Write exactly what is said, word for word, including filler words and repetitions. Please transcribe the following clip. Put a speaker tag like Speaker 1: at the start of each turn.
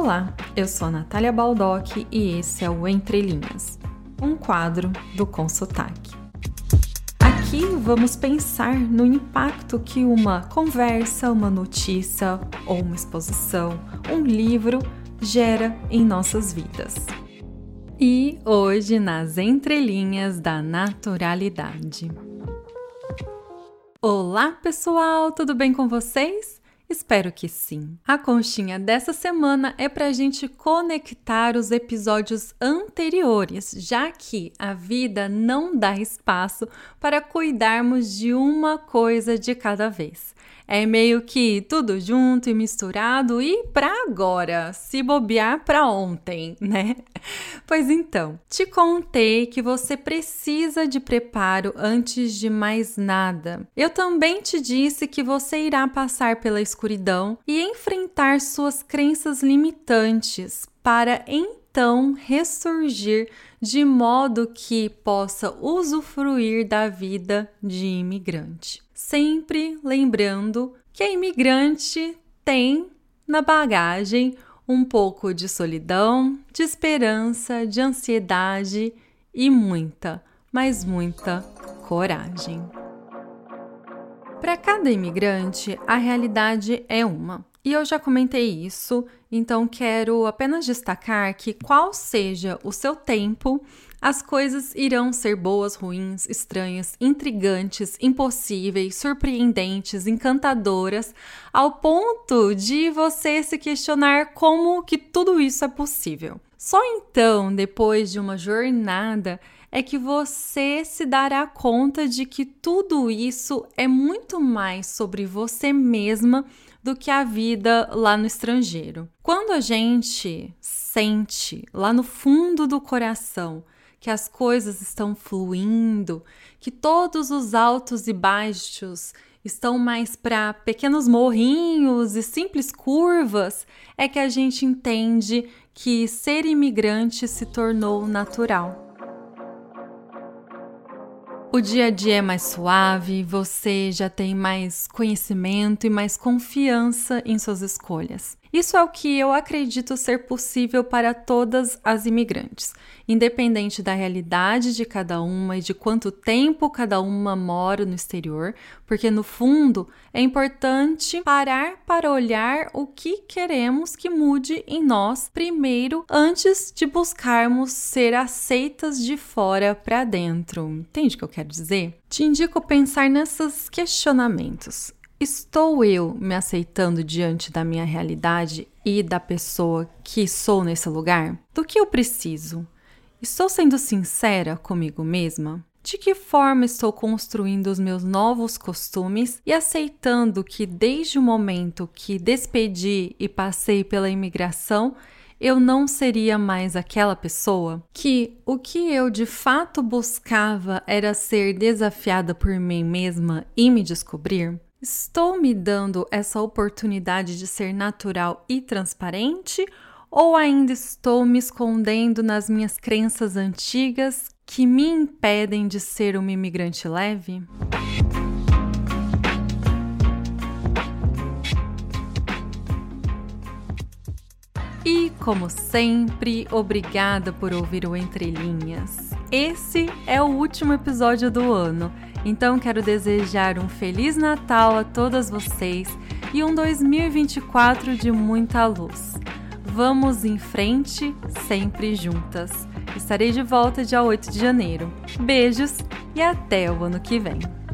Speaker 1: Olá, eu sou a Natália Baldock e esse é o Entre Linhas, um quadro do Com Sotaque. Aqui vamos pensar no impacto que uma conversa, uma notícia ou uma exposição, um livro gera em nossas vidas. E hoje nas entrelinhas da naturalidade. Olá pessoal, tudo bem com vocês? Espero que sim. A conchinha dessa semana é para a gente conectar os episódios anteriores, já que a vida não dá espaço para cuidarmos de uma coisa de cada vez. É meio que tudo junto e misturado e para agora, se bobear para ontem, né? Pois então, te contei que você precisa de preparo antes de mais nada. Eu também te disse que você irá passar pela escuridão e enfrentar suas crenças limitantes para então ressurgir de modo que possa usufruir da vida de imigrante. Sempre lembrando que a imigrante tem na bagagem um pouco de solidão, de esperança, de ansiedade e muita, mas muita coragem. Para cada imigrante, a realidade é uma. E eu já comentei isso, então quero apenas destacar que qual seja o seu tempo, as coisas irão ser boas, ruins, estranhas, intrigantes, impossíveis, surpreendentes, encantadoras, ao ponto de você se questionar como que tudo isso é possível. Só então, depois de uma jornada, é que você se dará conta de que tudo isso é muito mais sobre você mesma do que a vida lá no estrangeiro. Quando a gente sente lá no fundo do coração que as coisas estão fluindo, que todos os altos e baixos estão mais para pequenos morrinhos e simples curvas, é que a gente entende que ser imigrante se tornou natural. O dia a dia é mais suave, você já tem mais conhecimento e mais confiança em suas escolhas. Isso é o que eu acredito ser possível para todas as imigrantes, independente da realidade de cada uma e de quanto tempo cada uma mora no exterior, porque no fundo é importante parar para olhar o que queremos que mude em nós primeiro, antes de buscarmos ser aceitas de fora para dentro. Entende o que eu quero dizer? Te indico pensar nesses questionamentos. Estou eu me aceitando diante da minha realidade e da pessoa que sou nesse lugar? Do que eu preciso? Estou sendo sincera comigo mesma? De que forma estou construindo os meus novos costumes e aceitando que desde o momento que despedi e passei pela imigração, eu não seria mais aquela pessoa? Que o que eu de fato buscava era ser desafiada por mim mesma e me descobrir? Estou me dando essa oportunidade de ser natural e transparente ou ainda estou me escondendo nas minhas crenças antigas que me impedem de ser uma imigrante leve? E, como sempre, obrigada por ouvir o Entre Linhas. Esse é o último episódio do ano, então quero desejar um Feliz Natal a todas vocês e um dois mil e vinte e quatro de muita luz. Vamos em frente, sempre juntas. Estarei de volta dia oito de janeiro. Beijos e até o ano que vem.